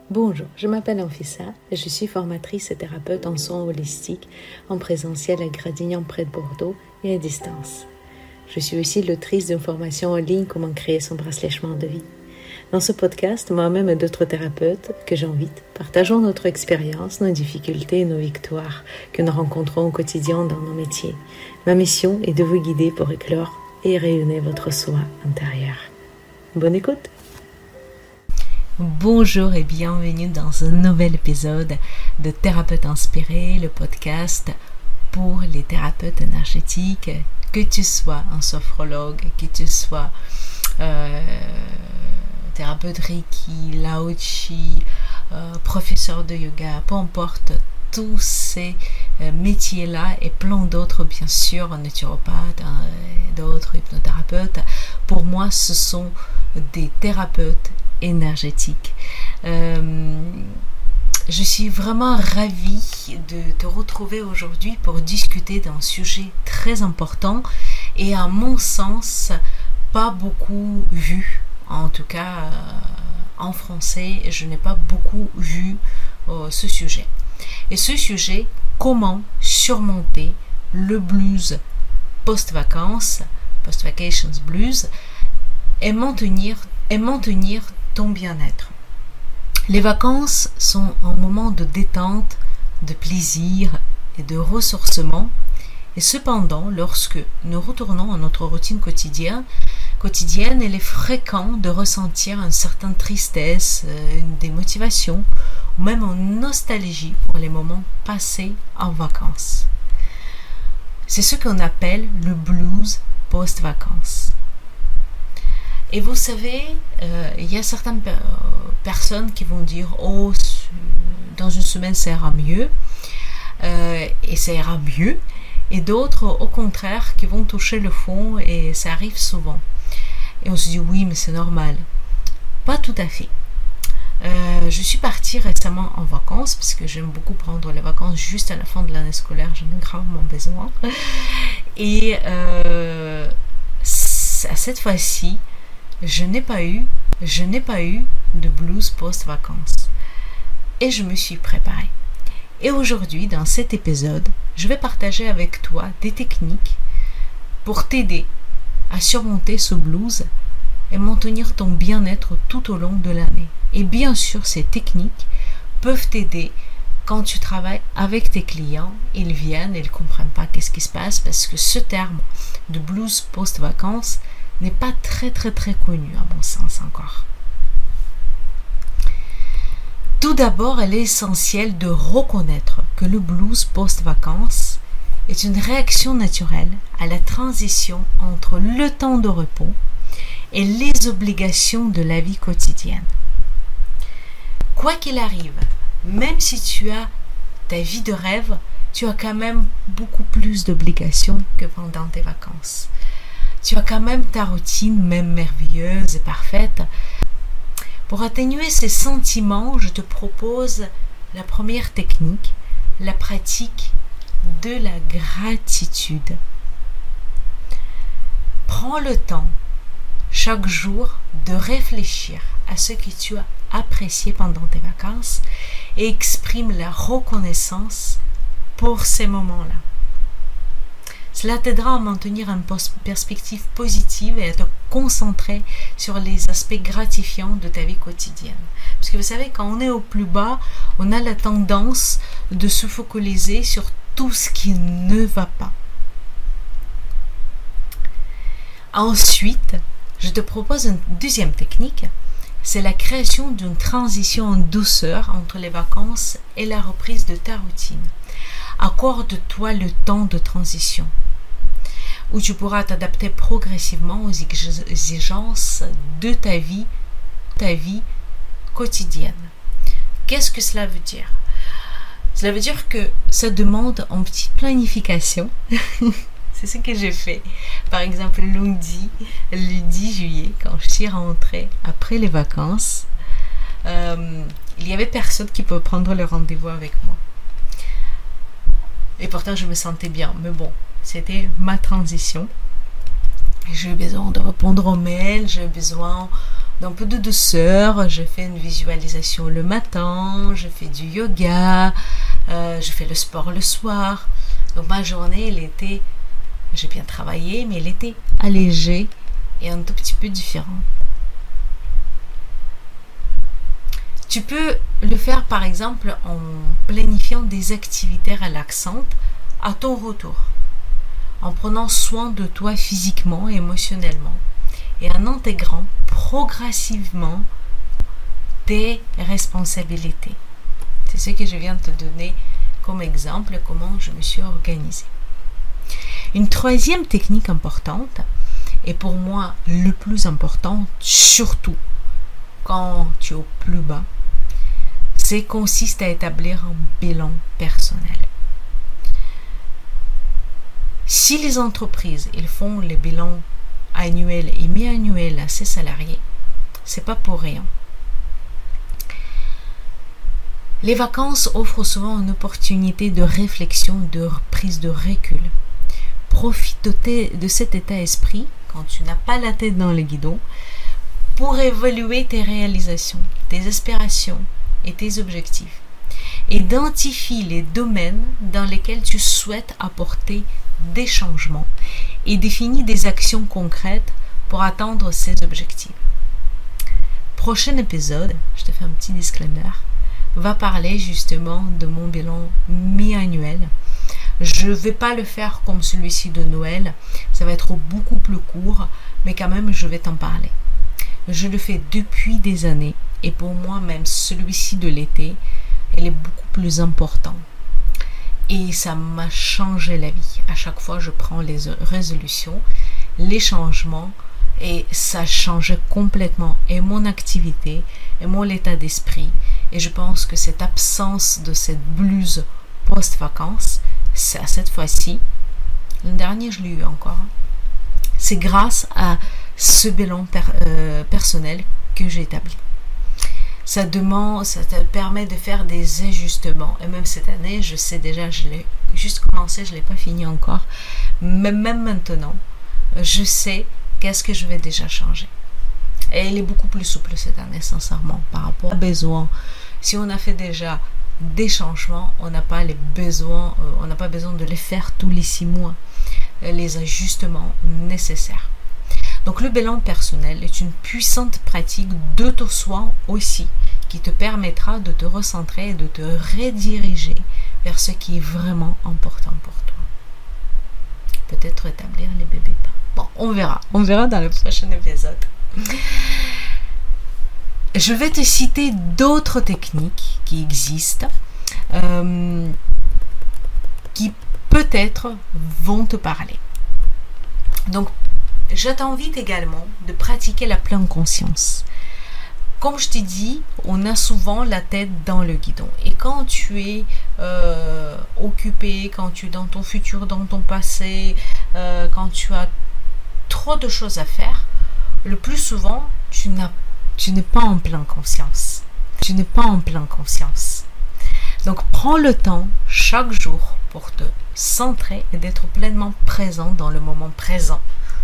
Bonjour, je m'appelle Anfissa et je suis formatrice et thérapeute en soins holistiques en présentiel à Gradignan près de Bordeaux et à distance. Je suis aussi l'autrice d'une formation en ligne Comment créer son bracelet chemin de vie. Dans ce podcast, moi-même et d'autres thérapeutes que j'invite, partageons notre expérience, nos difficultés et nos victoires que nous rencontrons au quotidien dans nos métiers. Ma mission est de vous guider pour éclore et rayonner votre soi intérieur. Bonne écoute! Bonjour et bienvenue dans un nouvel épisode de Thérapeute Inspiré, le podcast pour les thérapeutes énergétiques, que tu sois un sophrologue, que tu sois thérapeute Reiki, Lao Chi, professeur de yoga, peu importe, tous ces métiers-là et plein d'autres, bien sûr, naturopathes, d'autres hypnothérapeutes. Pour moi, ce sont des thérapeutes énergétique. Je suis vraiment ravie de te retrouver aujourd'hui pour discuter d'un sujet très important et à mon sens pas beaucoup vu, en tout cas en français je n'ai pas beaucoup vu ce sujet. Et ce sujet, comment surmonter le blues post-vacances, post-vacations blues, et maintenir ton bien-être. Les vacances sont un moment de détente, de plaisir et de ressourcement. Et cependant, lorsque nous retournons à notre routine quotidienne, il est fréquent de ressentir une certaine tristesse, une démotivation ou même une nostalgie pour les moments passés en vacances. C'est ce qu'on appelle le blues post-vacances. Et vous savez, il y a certaines personnes qui vont dire « Oh, dans une semaine, ça ira mieux. » Et ça ira mieux. Et d'autres, au contraire, qui vont toucher le fond et ça arrive souvent. Et on se dit « Oui, mais c'est normal. » Pas tout à fait. Je suis partie récemment en vacances parce que j'aime beaucoup prendre les vacances juste à la fin de l'année scolaire. J'en ai gravement besoin. Et à cette fois-ci, je n'ai pas eu de blues post-vacances. Et je me suis préparée. Et aujourd'hui, dans cet épisode, je vais partager avec toi des techniques pour t'aider à surmonter ce blues et maintenir ton bien-être tout au long de l'année. Et bien sûr, ces techniques peuvent t'aider quand tu travailles avec tes clients. Ils viennent, ils ne comprennent pas qu'est-ce qui se passe parce que ce terme de blues post-vacances n'est pas très connu à mon sens encore. Tout d'abord, il est essentiel de reconnaître que le blues post-vacances est une réaction naturelle à la transition entre le temps de repos et les obligations de la vie quotidienne. Quoi qu'il arrive, même si tu as ta vie de rêve, tu as quand même beaucoup plus d'obligations que pendant tes vacances. Tu as quand même ta routine, même merveilleuse et parfaite. Pour atténuer ces sentiments, je te propose la première technique, la pratique de la gratitude. Prends le temps, chaque jour, de réfléchir à ce que tu as apprécié pendant tes vacances et exprime la reconnaissance pour ces moments-là. Cela t'aidera à maintenir une perspective positive et à te concentrer sur les aspects gratifiants de ta vie quotidienne. Parce que vous savez, quand on est au plus bas, on a la tendance de se focaliser sur tout ce qui ne va pas. Ensuite, je te propose une deuxième technique. C'est la création d'une transition en douceur entre les vacances et la reprise de ta routine. Accorde-toi le temps de transition, où tu pourras t'adapter progressivement aux exigences de ta vie quotidienne. Qu'est-ce que cela veut dire? Cela veut dire que ça demande une petite planification. C'est ce que j'ai fait. Par exemple, le 10 juillet, quand je suis rentrée après les vacances, il y avait personne qui peut prendre le rendez-vous avec moi. Et pourtant, je me sentais bien. Mais bon, c'était ma transition. J'ai besoin de répondre aux mails, j'ai besoin d'un peu de douceur. Je fais une visualisation le matin, je fais du yoga, je fais le sport le soir. Donc ma journée, elle était, j'ai bien travaillé, mais elle était allégée et un tout petit peu différente. Tu peux le faire par exemple en planifiant des activités relaxantes à ton retour, en prenant soin de toi physiquement et émotionnellement et en intégrant progressivement tes responsabilités. C'est ce que je viens de te donner comme exemple, comment je me suis organisée. Une troisième technique importante, et pour moi le plus important, surtout quand tu es au plus bas, consiste à établir un bilan personnel. Si les entreprises ils font les bilans annuels et mi-annuels à ses salariés, c'est pas pour rien. Les vacances offrent souvent une opportunité de réflexion, de prise de recul. Profite de cet état d'esprit quand tu n'as pas la tête dans le guidon pour évaluer tes réalisations, tes aspirations et tes objectifs. Identifie les domaines dans lesquels tu souhaites apporter des changements et définis des actions concrètes pour atteindre ces objectifs. Prochain épisode, je te fais un petit disclaimer, va parler justement de mon bilan mi-annuel. Je ne vais pas le faire comme celui-ci de Noël, ça va être beaucoup plus court, mais quand même je vais t'en parler. Je le fais depuis des années et pour moi même celui-ci de l'été, elle est beaucoup plus important. Et ça m'a changé la vie. À chaque fois, je prends les résolutions, les changements et ça changeait complètement et mon activité et mon état d'esprit. Et je pense que cette absence de cette blues post-vacances, c'est à cette fois-ci, l'an dernier je l'ai eu encore, c'est grâce à ce bilan personnel que j'ai établi. Ça te permet de faire des ajustements. Et même cette année, je sais déjà, je l'ai juste commencé, je ne l'ai pas fini encore. Mais même maintenant, je sais qu'est-ce que je vais déjà changer. Et elle est beaucoup plus souple cette année, sincèrement, par rapport aux besoins. Si on a fait déjà des changements, on n'a pas besoin de les faire tous les 6 mois. Les ajustements nécessaires. Donc le bilan personnel est une puissante pratique d'auto-soin aussi, qui te permettra de te recentrer et de te rediriger vers ce qui est vraiment important pour toi. Peut-être établir les bébés pas. Bon, on verra dans le prochain épisode. Je vais te citer d'autres techniques qui existent, qui peut-être vont te parler. Donc, je t'invite également de pratiquer la pleine conscience. Comme je t'ai dit, on a souvent la tête dans le guidon. Et quand tu es occupé, quand tu es dans ton futur, dans ton passé, quand tu as trop de choses à faire, le plus souvent, tu n'es pas en pleine conscience. Tu n'es pas en pleine conscience. Donc, prends le temps chaque jour pour te centrer et d'être pleinement présent dans le moment présent.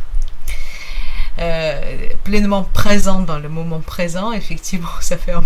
Pleinement présent dans le moment présent, effectivement, ça fait un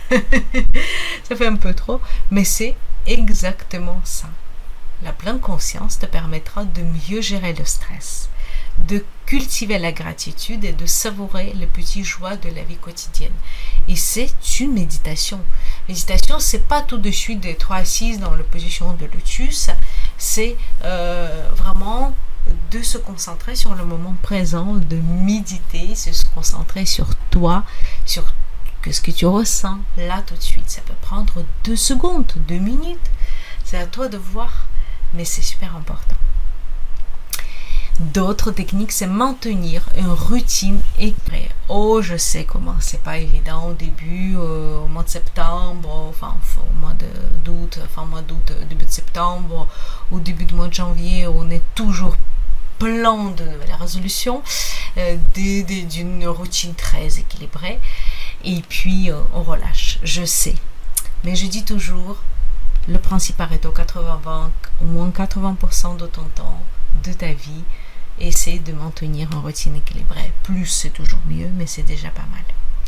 peu trop, mais c'est exactement ça. La pleine conscience te permettra de mieux gérer le stress, de cultiver la gratitude et de savourer les petites joies de la vie quotidienne. Et c'est une méditation. Méditation, c'est pas tout de suite d'être assise dans la position de lotus, c'est vraiment de se concentrer sur le moment présent, de méditer, se concentrer sur toi, sur ce que tu ressens là tout de suite. Ça peut prendre 2 secondes, 2 minutes. C'est à toi de voir, mais c'est super important. D'autres techniques, c'est maintenir une routine équilibrée. Oh, je sais comment, c'est pas évident au début, au mois de septembre, au mois d'août, début de septembre, au début du mois de janvier, on est toujours plein de nouvelles résolutions, d'une routine très équilibrée, et puis on relâche, je sais. Mais je dis toujours, le principe Pareto 80-20, au moins 80% de ton temps, de ta vie, essaie de maintenir une routine équilibrée. Plus c'est toujours mieux, mais c'est déjà pas mal.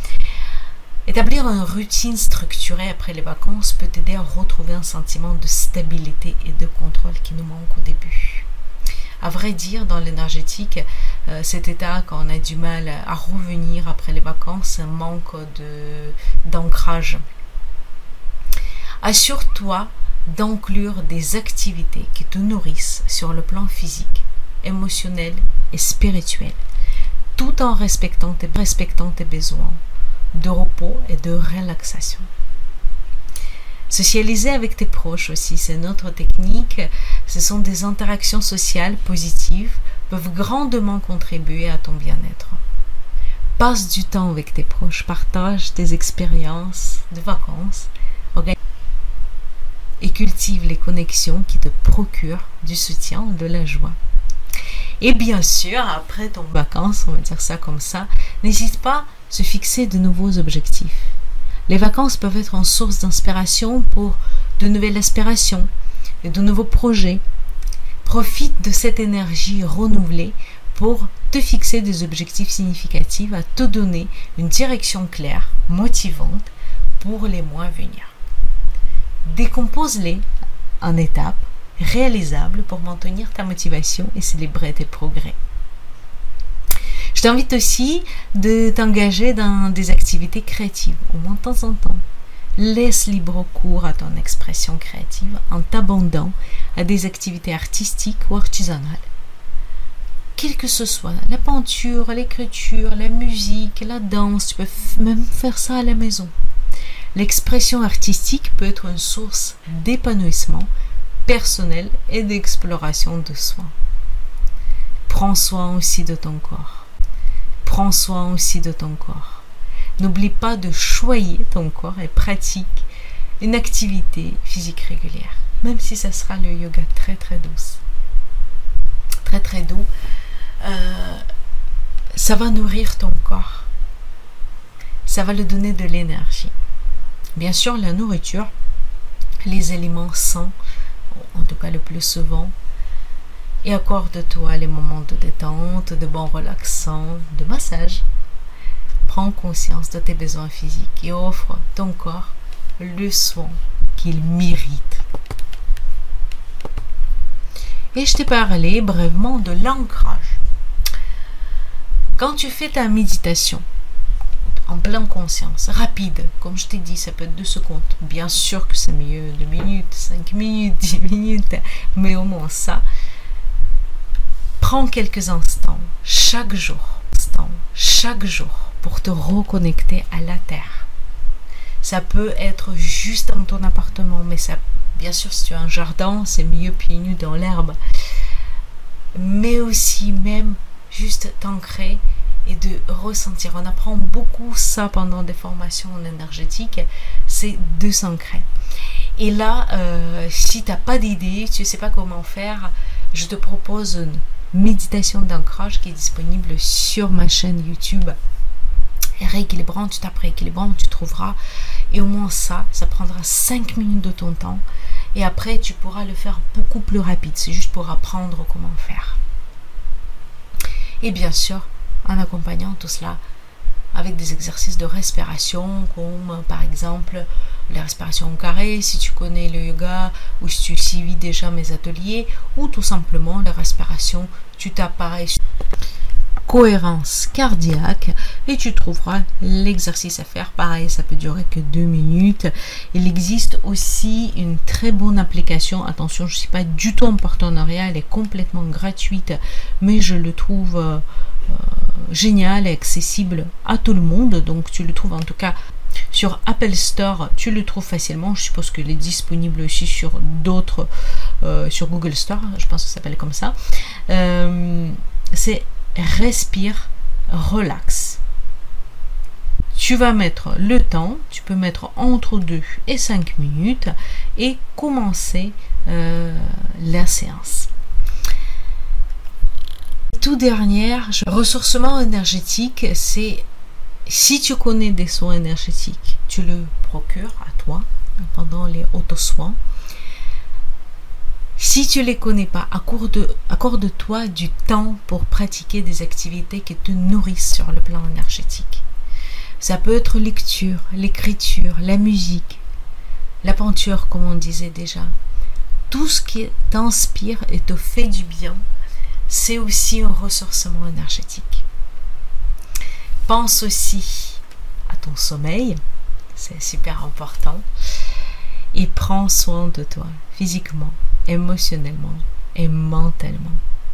Établir une routine structurée après les vacances peut t'aider à retrouver un sentiment de stabilité et de contrôle qui nous manque au début. À vrai dire, dans l'énergétique, cet état, quand on a du mal à revenir après les vacances, un manque d'ancrage. Assure-toi d'inclure des activités qui te nourrissent sur le plan physique, émotionnel et spirituel, tout en respectant tes besoins de repos et de relaxation. Socialiser avec tes proches aussi, c'est notre technique. Ce sont des interactions sociales positives, peuvent grandement contribuer à ton bien-être. Passe du temps avec tes proches, partage tes expériences de vacances, et cultive les connexions qui te procurent du soutien, de la joie. Et bien sûr, après ton vacances, on va dire ça comme ça, n'hésite pas à se fixer de nouveaux objectifs. Les vacances peuvent être une source d'inspiration pour de nouvelles aspirations et de nouveaux projets. Profite de cette énergie renouvelée pour te fixer des objectifs significatifs, à te donner une direction claire, motivante pour les mois à venir. Décompose-les en étapes réalisables pour maintenir ta motivation et célébrer tes progrès. Je t'invite aussi de t'engager dans des activités créatives, au moins de temps en temps. Laisse libre cours à ton expression créative en t'abandonnant à des activités artistiques ou artisanales. Quel que ce soit, la peinture, l'écriture, la musique, la danse, tu peux même faire ça à la maison. L'expression artistique peut être une source d'épanouissement personnel et d'exploration de soi. Prends soin aussi de ton corps. Prends soin aussi de ton corps. N'oublie pas de choyer ton corps et pratique une activité physique régulière, même si ça sera le yoga très très douce. Très très doux. Ça va nourrir ton corps. Ça va lui donner de l'énergie. Bien sûr, la nourriture, les aliments sains, en tout cas le plus souvent, et accorde-toi les moments de détente, de bons relaxants, de massage. Prends conscience de tes besoins physiques et offre ton corps le soin qu'il mérite. Et je t'ai parlé brièvement de l'ancrage. Quand tu fais ta méditation, en pleine conscience, rapide, comme je t'ai dit, ça peut être 2 secondes. Bien sûr que c'est mieux 2 minutes, 5 minutes, 10 minutes, mais au moins ça. Prends quelques instants, chaque jour, pour te reconnecter à la terre. Ça peut être juste dans ton appartement, mais ça, bien sûr, si tu as un jardin, c'est mieux pieds nus dans l'herbe. Mais aussi même juste t'ancrer et de ressentir. On apprend beaucoup ça pendant des formations en énergétique, c'est de s'ancrer. Et là, si tu n'as pas d'idée, tu ne sais pas comment faire, je te propose une méditation d'ancrage qui est disponible sur ma chaîne YouTube. Rééquilibrant, tu tapes rééquilibrant, tu trouveras. Et au moins ça prendra 5 minutes de ton temps. Et après, tu pourras le faire beaucoup plus rapide. C'est juste pour apprendre comment faire. Et bien sûr, en accompagnant tout cela avec des exercices de respiration, comme par exemple la respiration au carré, si tu connais le yoga, ou si tu suivis déjà mes ateliers, ou tout simplement la respiration, tu tapes pareil cohérence cardiaque et tu trouveras l'exercice à faire. Pareil, ça peut durer que 2 minutes. Il existe aussi une très bonne application. Attention, je ne suis pas du tout en partenariat, elle est complètement gratuite, mais je le trouve génial et accessible à tout le monde. Donc tu le trouves en tout cas sur Apple Store, tu le trouves facilement. Je suppose qu'il est disponible aussi sur d'autres, sur Google Store, je pense que ça s'appelle comme ça. C'est respire, relax. Tu vas mettre le temps, tu peux mettre entre 2 et 5 minutes et commencer la séance. Tout dernière, ressourcement énergétique, c'est si tu connais des soins énergétiques, tu le procures à toi pendant les auto-soins. Si tu ne les connais pas, accorde-toi du temps pour pratiquer des activités qui te nourrissent sur le plan énergétique. Ça peut être lecture, l'écriture, la musique, la peinture, comme on disait déjà. Tout ce qui t'inspire et te fait du bien, c'est aussi un ressourcement énergétique. Pense aussi à ton sommeil, c'est super important. Et prends soin de toi, physiquement, émotionnellement et mentalement.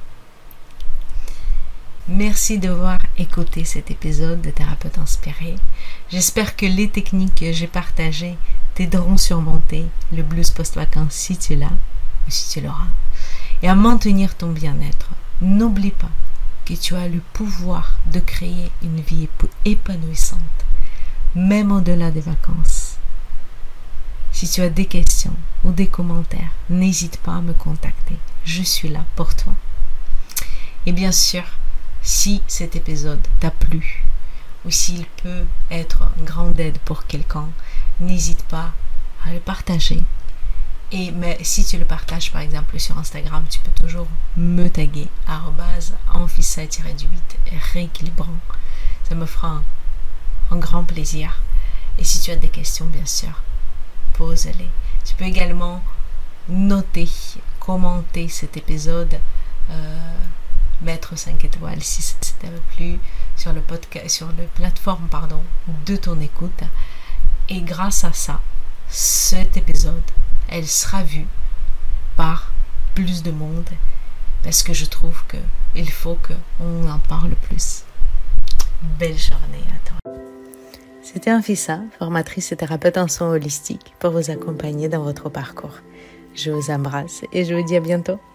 Merci d'avoir écouté cet épisode de Thérapeute Inspiré. J'espère que les techniques que j'ai partagées t'aideront à surmonter le blues post-vacances si tu l'as ou si tu l'auras. Et à maintenir ton bien-être. N'oublie pas que tu as le pouvoir de créer une vie épanouissante, même au-delà des vacances. Si tu as des questions ou des commentaires, n'hésite pas à me contacter. Je suis là pour toi. Et bien sûr, si cet épisode t'a plu ou s'il peut être une grande aide pour quelqu'un, n'hésite pas à le partager. Mais si tu le partages par exemple sur Instagram, tu peux toujours me taguer @anfissa-8 rééquilibrant. Ça me fera un grand plaisir. Et si tu as des questions, bien sûr, pose-les. Tu peux également noter, commenter cet épisode, mettre 5 étoiles si ça t'a plu sur le podcast, sur la plateforme de ton écoute. Et grâce à ça, cet épisode, elle sera vue par plus de monde parce que je trouve qu'il faut qu'on en parle plus. Belle journée à toi. C'était Anfissa, formatrice et thérapeute en soins holistiques, pour vous accompagner dans votre parcours. Je vous embrasse et je vous dis à bientôt.